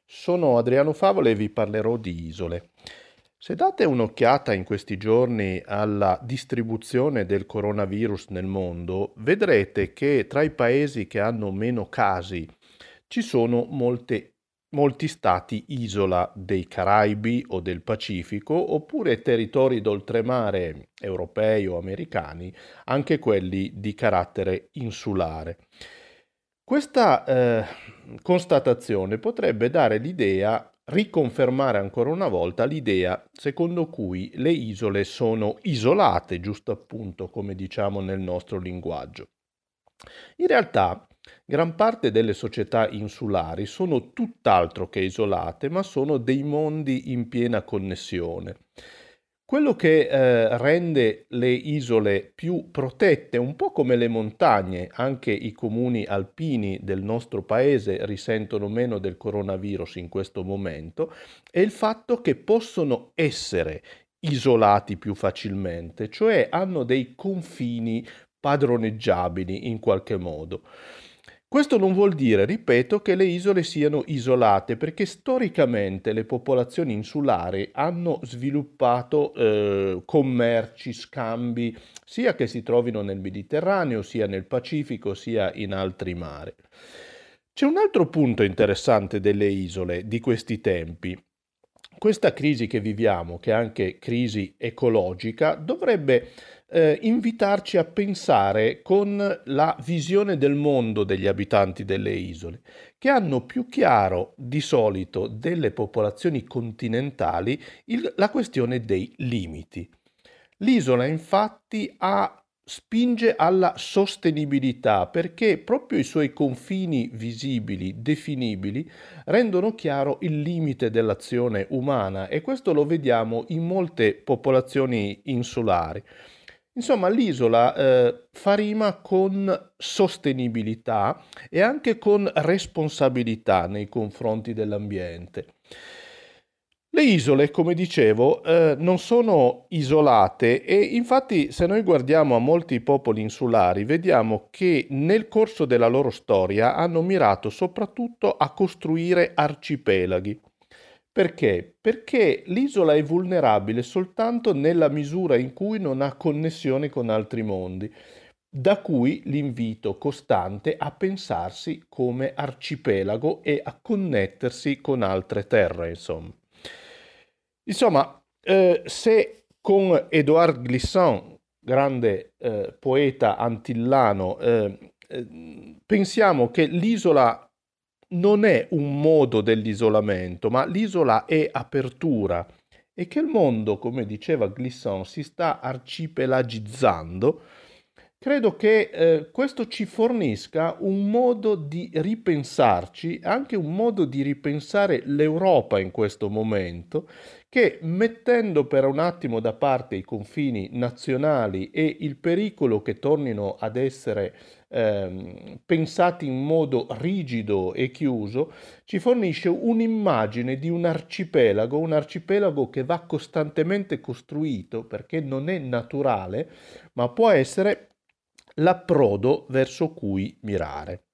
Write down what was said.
Sono Adriano Favola e vi parlerò di isole. Se date un'occhiata in questi giorni alla distribuzione del coronavirus nel mondo, vedrete che tra i paesi che hanno meno casi ci sono molti stati isola dei Caraibi o del Pacifico, oppure territori d'oltremare europei o americani, anche quelli di carattere insulare. Questa constatazione potrebbe dare l'idea, riconfermare ancora una volta l'idea secondo cui le isole sono isolate, giusto appunto come diciamo nel nostro linguaggio. In realtà, gran parte delle società insulari sono tutt'altro che isolate, ma sono dei mondi in piena connessione. Quello che rende le isole più protette, un po' come le montagne, anche i comuni alpini del nostro paese risentono meno del coronavirus in questo momento, è il fatto che possono essere isolati più facilmente, cioè hanno dei confini padroneggiabili in qualche modo. Questo non vuol dire, ripeto, che le isole siano isolate, perché storicamente le popolazioni insulari hanno sviluppato commerci, scambi, sia che si trovino nel Mediterraneo, sia nel Pacifico, sia in altri mari. C'è un altro punto interessante delle isole di questi tempi. Questa crisi che viviamo, che è anche crisi ecologica, dovrebbe invitarci a pensare con la visione del mondo degli abitanti delle isole, che hanno più chiaro di solito delle popolazioni continentali la questione dei limiti. L'isola infatti spinge alla sostenibilità perché proprio i suoi confini visibili, definibili, rendono chiaro il limite dell'azione umana e questo lo vediamo in molte popolazioni insulari. Insomma, l'isola fa rima con sostenibilità e anche con responsabilità nei confronti dell'ambiente. Le isole, come dicevo, non sono isolate e infatti se noi guardiamo a molti popoli insulari vediamo che nel corso della loro storia hanno mirato soprattutto a costruire arcipelaghi. Perché? Perché l'isola è vulnerabile soltanto nella misura in cui non ha connessione con altri mondi, da cui l'invito costante a pensarsi come arcipelago e a connettersi con altre terre, insomma. Insomma, se con Édouard Glissant, grande poeta antillano, pensiamo che l'isola non è un modo dell'isolamento, ma l'isola è apertura e che il mondo, come diceva Glissant, si sta arcipelagizzando, credo che questo ci fornisca un modo di ripensarci, anche un modo di ripensare l'Europa in questo momento, che mettendo per un attimo da parte i confini nazionali e il pericolo che tornino ad essere pensati in modo rigido e chiuso, ci fornisce un'immagine di un arcipelago che va costantemente costruito perché non è naturale, ma può essere l'approdo verso cui mirare.